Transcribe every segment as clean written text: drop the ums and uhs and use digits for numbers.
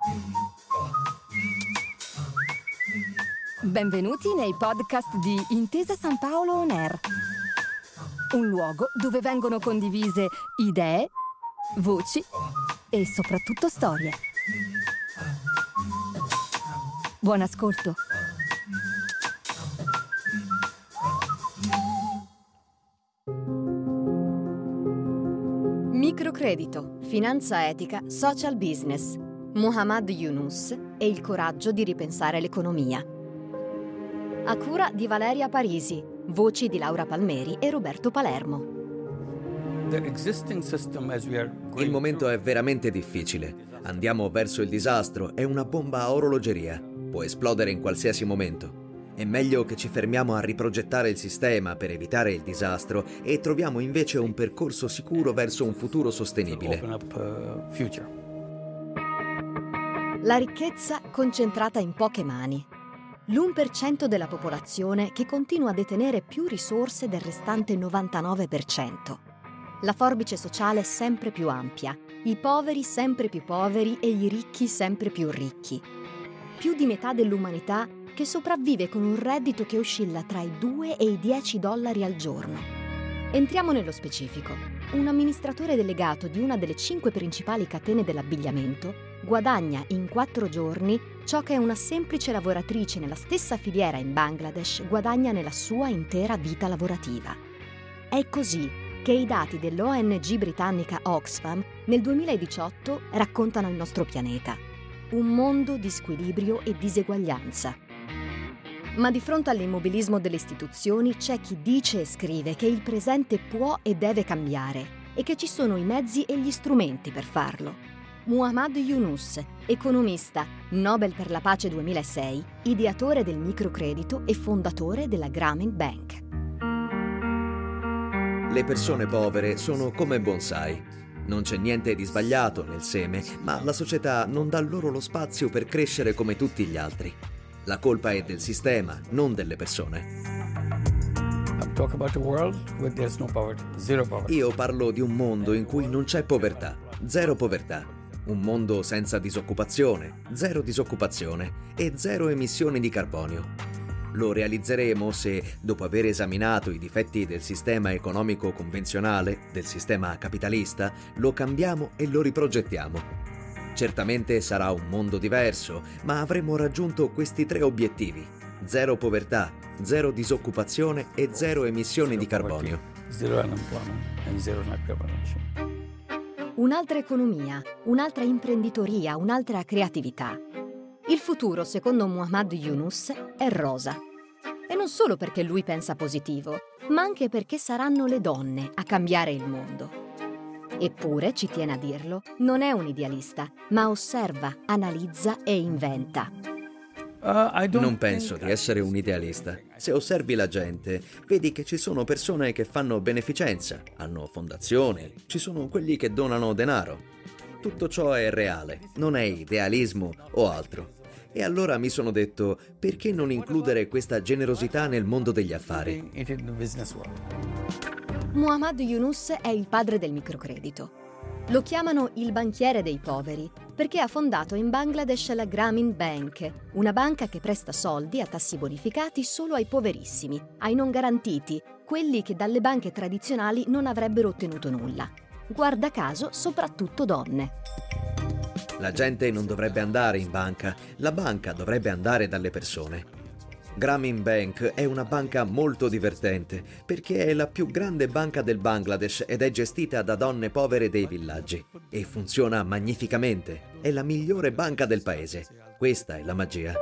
Benvenuti nei podcast di Intesa San Paolo On Air, un luogo dove vengono condivise idee, voci e soprattutto storie. Buon ascolto. Microcredito, finanza etica, social business. Muhammad Yunus e il coraggio di ripensare l'economia. A cura di Valeria Parisi, voci di Laura Palmeri e Roberto Palermo. Il momento è veramente difficile. Andiamo verso il disastro, è una bomba a orologeria. Può esplodere in qualsiasi momento. È meglio che ci fermiamo a riprogettare il sistema per evitare il disastro e troviamo invece un percorso sicuro verso un futuro sostenibile. La ricchezza concentrata in poche mani. L'1% della popolazione che continua a detenere più risorse del restante 99%. La forbice sociale sempre più ampia, i poveri sempre più poveri e i ricchi sempre più ricchi. Più di metà dell'umanità che sopravvive con un reddito che oscilla tra i 2 e i 10 dollari al giorno. Entriamo nello specifico. Un amministratore delegato di una delle 5 principali catene dell'abbigliamento guadagna in 4 giorni ciò che una semplice lavoratrice nella stessa filiera in Bangladesh guadagna nella sua intera vita lavorativa. È così che i dati dell'ONG britannica Oxfam nel 2018 raccontano il nostro pianeta. Un mondo di squilibrio e diseguaglianza. Ma di fronte all'immobilismo delle istituzioni c'è chi dice e scrive che il presente può e deve cambiare e che ci sono i mezzi e gli strumenti per farlo. Muhammad Yunus, economista, Nobel per la pace 2006, ideatore del microcredito e fondatore della Grameen Bank. Le persone povere sono come bonsai. Non c'è niente di sbagliato nel seme, ma la società non dà loro lo spazio per crescere come tutti gli altri. La colpa è del sistema, non delle persone. Io parlo di un mondo in cui non c'è povertà, zero povertà. Un mondo senza disoccupazione, zero disoccupazione e zero emissioni di carbonio. Lo realizzeremo se, dopo aver esaminato i difetti del sistema economico convenzionale, del sistema capitalista, lo cambiamo e lo riprogettiamo. Certamente sarà un mondo diverso, ma avremo raggiunto questi 3 obiettivi: zero povertà, zero disoccupazione e zero emissioni di carbonio. Un'altra economia, un'altra imprenditoria, un'altra creatività. Il futuro, secondo Muhammad Yunus, è rosa. E non solo perché lui pensa positivo, ma anche perché saranno le donne a cambiare il mondo. Eppure, ci tiene a dirlo, non è un idealista, ma osserva, analizza e inventa. Non penso di essere un idealista. Se osservi la gente, vedi che ci sono persone che fanno beneficenza, hanno fondazioni, ci sono quelli che donano denaro. Tutto ciò è reale, non è idealismo o altro. E allora mi sono detto, perché non includere questa generosità nel mondo degli affari? Muhammad Yunus è il padre del microcredito. Lo chiamano il banchiere dei poveri perché ha fondato in Bangladesh la Grameen Bank, una banca che presta soldi a tassi bonificati solo ai poverissimi, ai non garantiti, quelli che dalle banche tradizionali non avrebbero ottenuto nulla. Guarda caso, soprattutto donne. La gente non dovrebbe andare in banca, la banca dovrebbe andare dalle persone. Grameen Bank è una banca molto divertente perché è la più grande banca del Bangladesh ed è gestita da donne povere dei villaggi e funziona magnificamente. È la migliore banca del paese. Questa è la magia.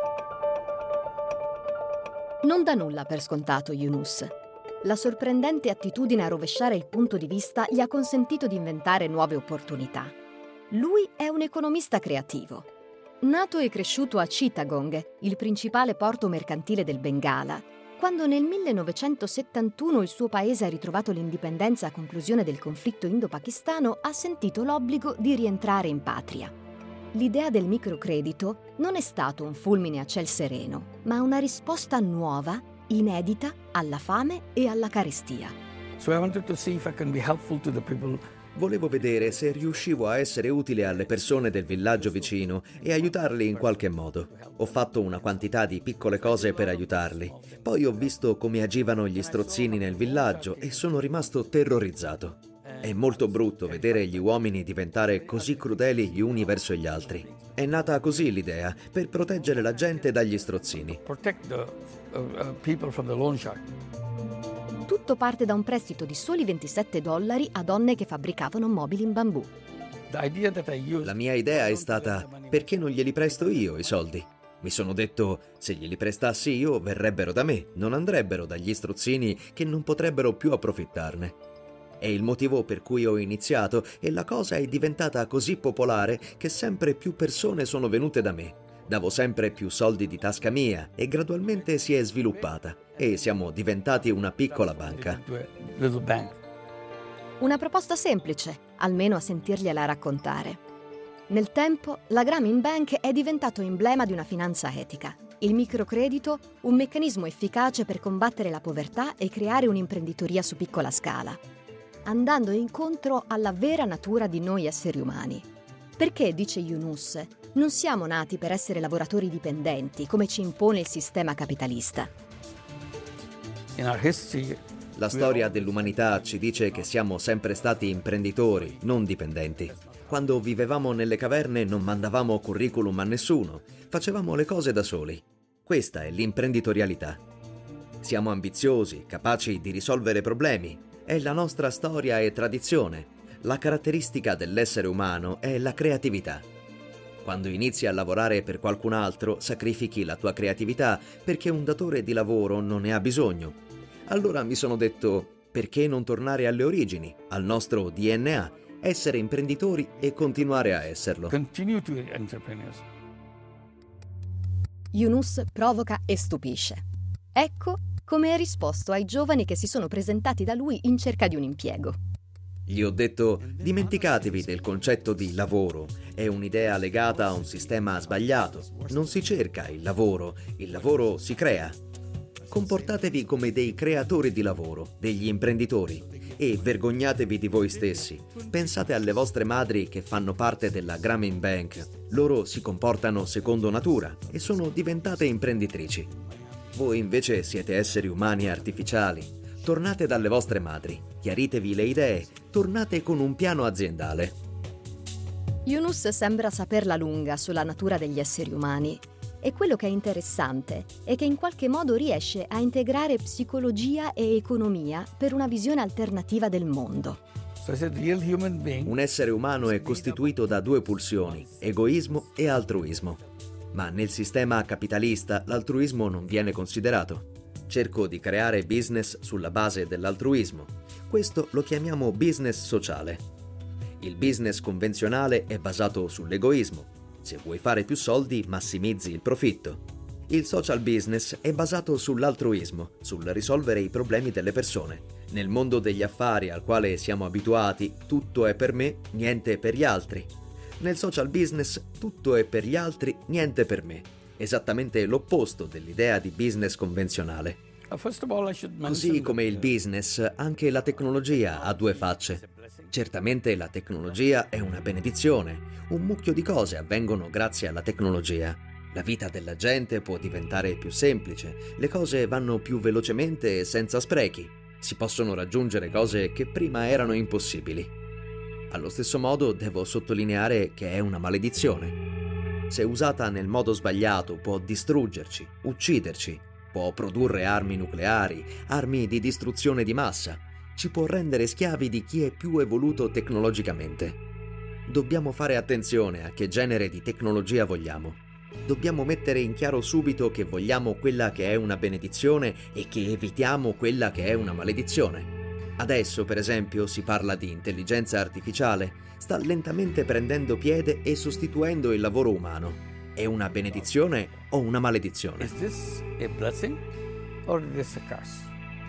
Non dà nulla per scontato Yunus. La sorprendente attitudine a rovesciare il punto di vista gli ha consentito di inventare nuove opportunità. Lui è un economista creativo. Nato e cresciuto a Chittagong, il principale porto mercantile del Bengala, quando nel 1971 il suo paese ha ritrovato l'indipendenza a conclusione del conflitto indo-pakistano, ha sentito l'obbligo di rientrare in patria. L'idea del microcredito non è stato un fulmine a ciel sereno, ma una risposta nuova, inedita alla fame e alla carestia. So I wanted to see if I can be helpful to the people Volevo vedere se riuscivo a essere utile alle persone del villaggio vicino e aiutarli in qualche modo. Ho fatto una quantità di piccole cose per aiutarli. Poi ho visto come agivano gli strozzini nel villaggio e sono rimasto terrorizzato. È molto brutto vedere gli uomini diventare così crudeli gli uni verso gli altri. È nata così l'idea, per proteggere la gente dagli strozzini. Protect the people from the loan shark. Tutto parte da un prestito di soli $27 a donne che fabbricavano mobili in bambù. La mia idea è stata: perché non glieli presto io i soldi? Mi sono detto, se glieli prestassi io verrebbero da me, non andrebbero dagli strozzini che non potrebbero più approfittarne. È il motivo per cui ho iniziato e la cosa è diventata così popolare che sempre più persone sono venute da me. Davo sempre più soldi di tasca mia e gradualmente si è sviluppata e siamo diventati una piccola banca. Una proposta semplice, almeno a sentirgliela raccontare. Nel tempo, la Grameen Bank è diventato emblema di una finanza etica. Il microcredito, un meccanismo efficace per combattere la povertà e creare un'imprenditoria su piccola scala, andando incontro alla vera natura di noi esseri umani. Perché, dice Yunus, non siamo nati per essere lavoratori dipendenti, come ci impone il sistema capitalista. La storia dell'umanità ci dice che siamo sempre stati imprenditori, non dipendenti. Quando vivevamo nelle caverne non mandavamo curriculum a nessuno, facevamo le cose da soli. Questa è l'imprenditorialità. Siamo ambiziosi, capaci di risolvere problemi. È la nostra storia e tradizione. La caratteristica dell'essere umano è la creatività. Quando inizi a lavorare per qualcun altro, sacrifichi la tua creatività perché un datore di lavoro non ne ha bisogno. Allora mi sono detto, perché non tornare alle origini, al nostro DNA, essere imprenditori e continuare a esserlo. Continue to be entrepreneurs. Yunus provoca e stupisce. Ecco come ha risposto ai giovani che si sono presentati da lui in cerca di un impiego. Gli ho detto, dimenticatevi del concetto di lavoro, è un'idea legata a un sistema sbagliato. Non si cerca il lavoro si crea. Comportatevi come dei creatori di lavoro, degli imprenditori, e vergognatevi di voi stessi. Pensate alle vostre madri che fanno parte della Grameen Bank. Loro si comportano secondo natura e sono diventate imprenditrici. Voi invece siete esseri umani artificiali. Tornate dalle vostre madri, chiaritevi le idee, tornate con un piano aziendale. Yunus sembra saperla lunga sulla natura degli esseri umani. E quello che è interessante è che in qualche modo riesce a integrare psicologia e economia per una visione alternativa del mondo. Un essere umano è costituito da due pulsioni, egoismo e altruismo. Ma nel sistema capitalista l'altruismo non viene considerato. Cerco di creare business sulla base dell'altruismo. Questo lo chiamiamo business sociale. Il business convenzionale è basato sull'egoismo. Se vuoi fare più soldi, massimizzi il profitto. Il social business è basato sull'altruismo, sul risolvere i problemi delle persone. Nel mondo degli affari al quale siamo abituati, tutto è per me, niente per gli altri. Nel social business, tutto è per gli altri, niente per me. Esattamente l'opposto dell'idea di business convenzionale. Così come il business, anche la tecnologia ha due facce. Certamente la tecnologia è una benedizione. Un mucchio di cose avvengono grazie alla tecnologia. La vita della gente può diventare più semplice, le cose vanno più velocemente e senza sprechi. Si possono raggiungere cose che prima erano impossibili. Allo stesso modo devo sottolineare che è una maledizione. Se usata nel modo sbagliato può distruggerci, ucciderci, può produrre armi nucleari, armi di distruzione di massa, ci può rendere schiavi di chi è più evoluto tecnologicamente. Dobbiamo fare attenzione a che genere di tecnologia vogliamo. Dobbiamo mettere in chiaro subito che vogliamo quella che è una benedizione e che evitiamo quella che è una maledizione. Adesso, per esempio, si parla di intelligenza artificiale, sta lentamente prendendo piede e sostituendo il lavoro umano. È una benedizione o una maledizione? Is this a blessing or is this a curse?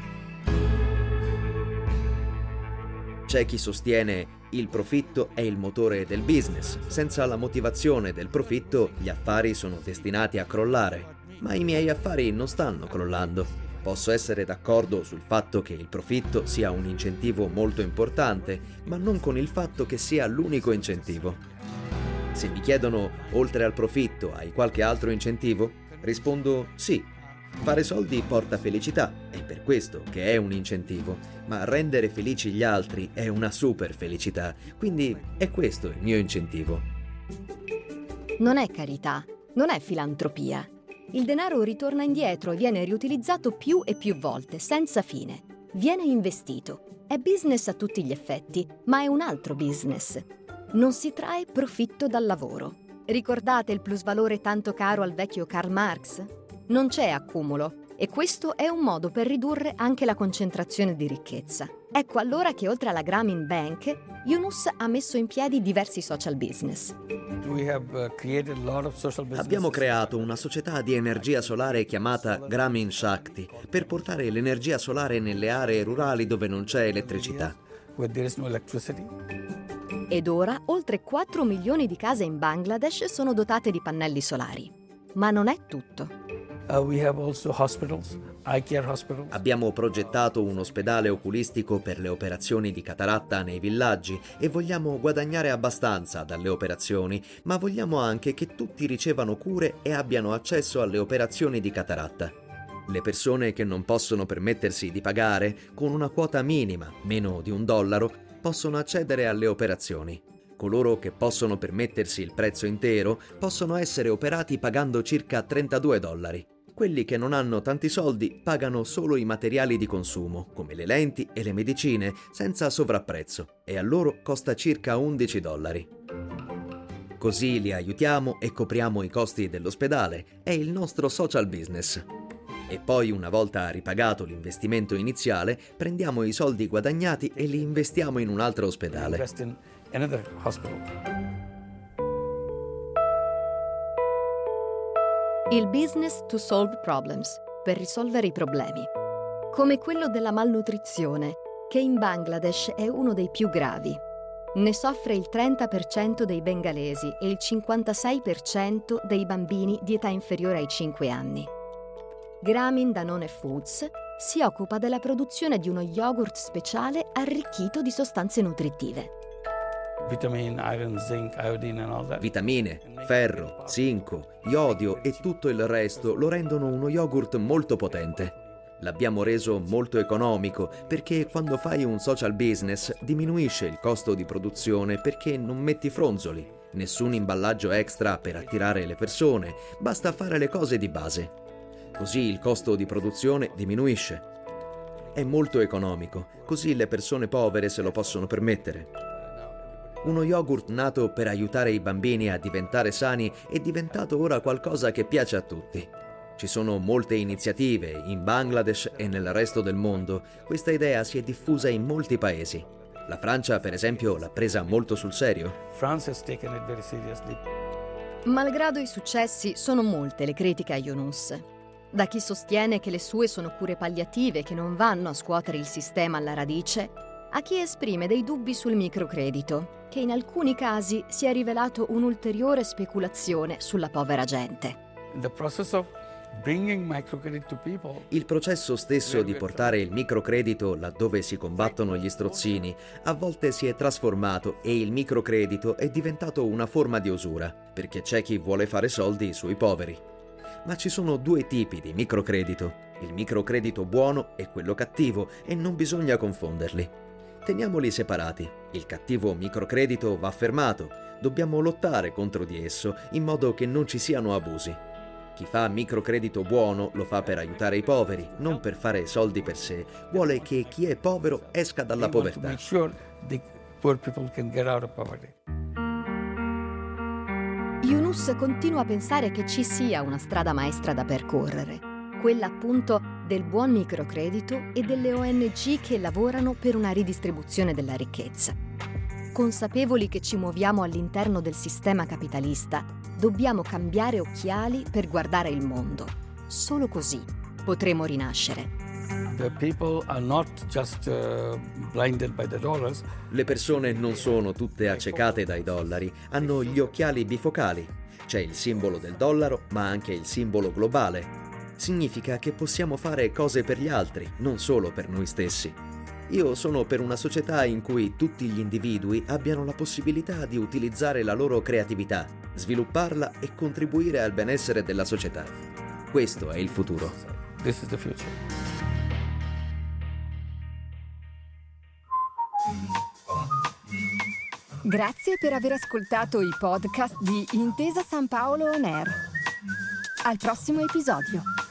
C'è chi sostiene il profitto è il motore del business. Senza la motivazione del profitto, gli affari sono destinati a crollare. Ma i miei affari non stanno crollando. Posso essere d'accordo sul fatto che il profitto sia un incentivo molto importante, ma non con il fatto che sia l'unico incentivo. Se mi chiedono, oltre al profitto, hai qualche altro incentivo? Rispondo sì. Fare soldi porta felicità, è per questo che è un incentivo, ma rendere felici gli altri è una super felicità, quindi è questo il mio incentivo. Non è carità, non è filantropia. Il denaro ritorna indietro e viene riutilizzato più e più volte, senza fine. Viene investito. È business a tutti gli effetti, ma è un altro business. Non si trae profitto dal lavoro. Ricordate il plusvalore tanto caro al vecchio Karl Marx? Non c'è accumulo, e questo è un modo per ridurre anche la concentrazione di ricchezza. Ecco allora che oltre alla Grameen Bank, Yunus ha messo in piedi diversi social business. Abbiamo creato una società di energia solare chiamata Grameen Shakti per portare l'energia solare nelle aree rurali dove non c'è elettricità. Ed ora oltre 4 milioni di case in Bangladesh sono dotate di pannelli solari. Ma non è tutto. Abbiamo progettato un ospedale oculistico per le operazioni di cataratta nei villaggi e vogliamo guadagnare abbastanza dalle operazioni, ma vogliamo anche che tutti ricevano cure e abbiano accesso alle operazioni di cataratta. Le persone che non possono permettersi di pagare, con una quota minima, meno di $1, possono accedere alle operazioni. Coloro che possono permettersi il prezzo intero possono essere operati pagando circa $32. Quelli che non hanno tanti soldi pagano solo i materiali di consumo, come le lenti e le medicine, senza sovrapprezzo, e a loro costa circa $11. Così li aiutiamo e copriamo i costi dell'ospedale, è il nostro social business. E poi, una volta ripagato l'investimento iniziale, prendiamo i soldi guadagnati e li investiamo in un altro ospedale. Il business to solve problems, per risolvere i problemi. Come quello della malnutrizione, che in Bangladesh è uno dei più gravi. Ne soffre il 30% dei bengalesi e il 56% dei bambini di età inferiore ai 5 anni. Grameen Danone Foods si occupa della produzione di uno yogurt speciale arricchito di sostanze nutritive. Vitamine, ferro, zinco, iodio e tutto il resto lo rendono uno yogurt molto potente. L'abbiamo reso molto economico perché quando fai un social business diminuisce il costo di produzione perché non metti fronzoli, nessun imballaggio extra per attirare le persone, basta fare le cose di base. Così il costo di produzione diminuisce. È molto economico, così le persone povere se lo possono permettere. Uno yogurt nato per aiutare i bambini a diventare sani è diventato ora qualcosa che piace a tutti. Ci sono molte iniziative in Bangladesh e nel resto del mondo. Questa idea si è diffusa in molti paesi. La Francia, per esempio, l'ha presa molto sul serio. Malgrado i successi, sono molte le critiche a Yunus. Da chi sostiene che le sue sono cure palliative che non vanno a scuotere il sistema alla radice, a chi esprime dei dubbi sul microcredito, che in alcuni casi si è rivelato un'ulteriore speculazione sulla povera gente. Il processo stesso di portare il microcredito laddove si combattono gli strozzini a volte si è trasformato e il microcredito è diventato una forma di usura, perché c'è chi vuole fare soldi sui poveri. Ma ci sono due tipi di microcredito, il microcredito buono e quello cattivo, e non bisogna confonderli. Teniamoli separati. Il cattivo microcredito va fermato, dobbiamo lottare contro di esso in modo che non ci siano abusi. Chi fa microcredito buono lo fa per aiutare i poveri, non per fare soldi per sé, vuole che chi è povero esca dalla povertà. Yunus continua a pensare che ci sia una strada maestra da percorrere, quella appunto del buon microcredito e delle ONG che lavorano per una ridistribuzione della ricchezza. Consapevoli che ci muoviamo all'interno del sistema capitalista, dobbiamo cambiare occhiali per guardare il mondo. Solo così potremo rinascere. Le persone non sono tutte accecate dai dollari, hanno gli occhiali bifocali. C'è il simbolo del dollaro, ma anche il simbolo globale. Significa che possiamo fare cose per gli altri, non solo per noi stessi. Io sono per una società in cui tutti gli individui abbiano la possibilità di utilizzare la loro creatività, svilupparla e contribuire al benessere della società. Questo è il futuro. This is the future. Grazie per aver ascoltato i podcast di Intesa San Paolo On Air. Al prossimo episodio.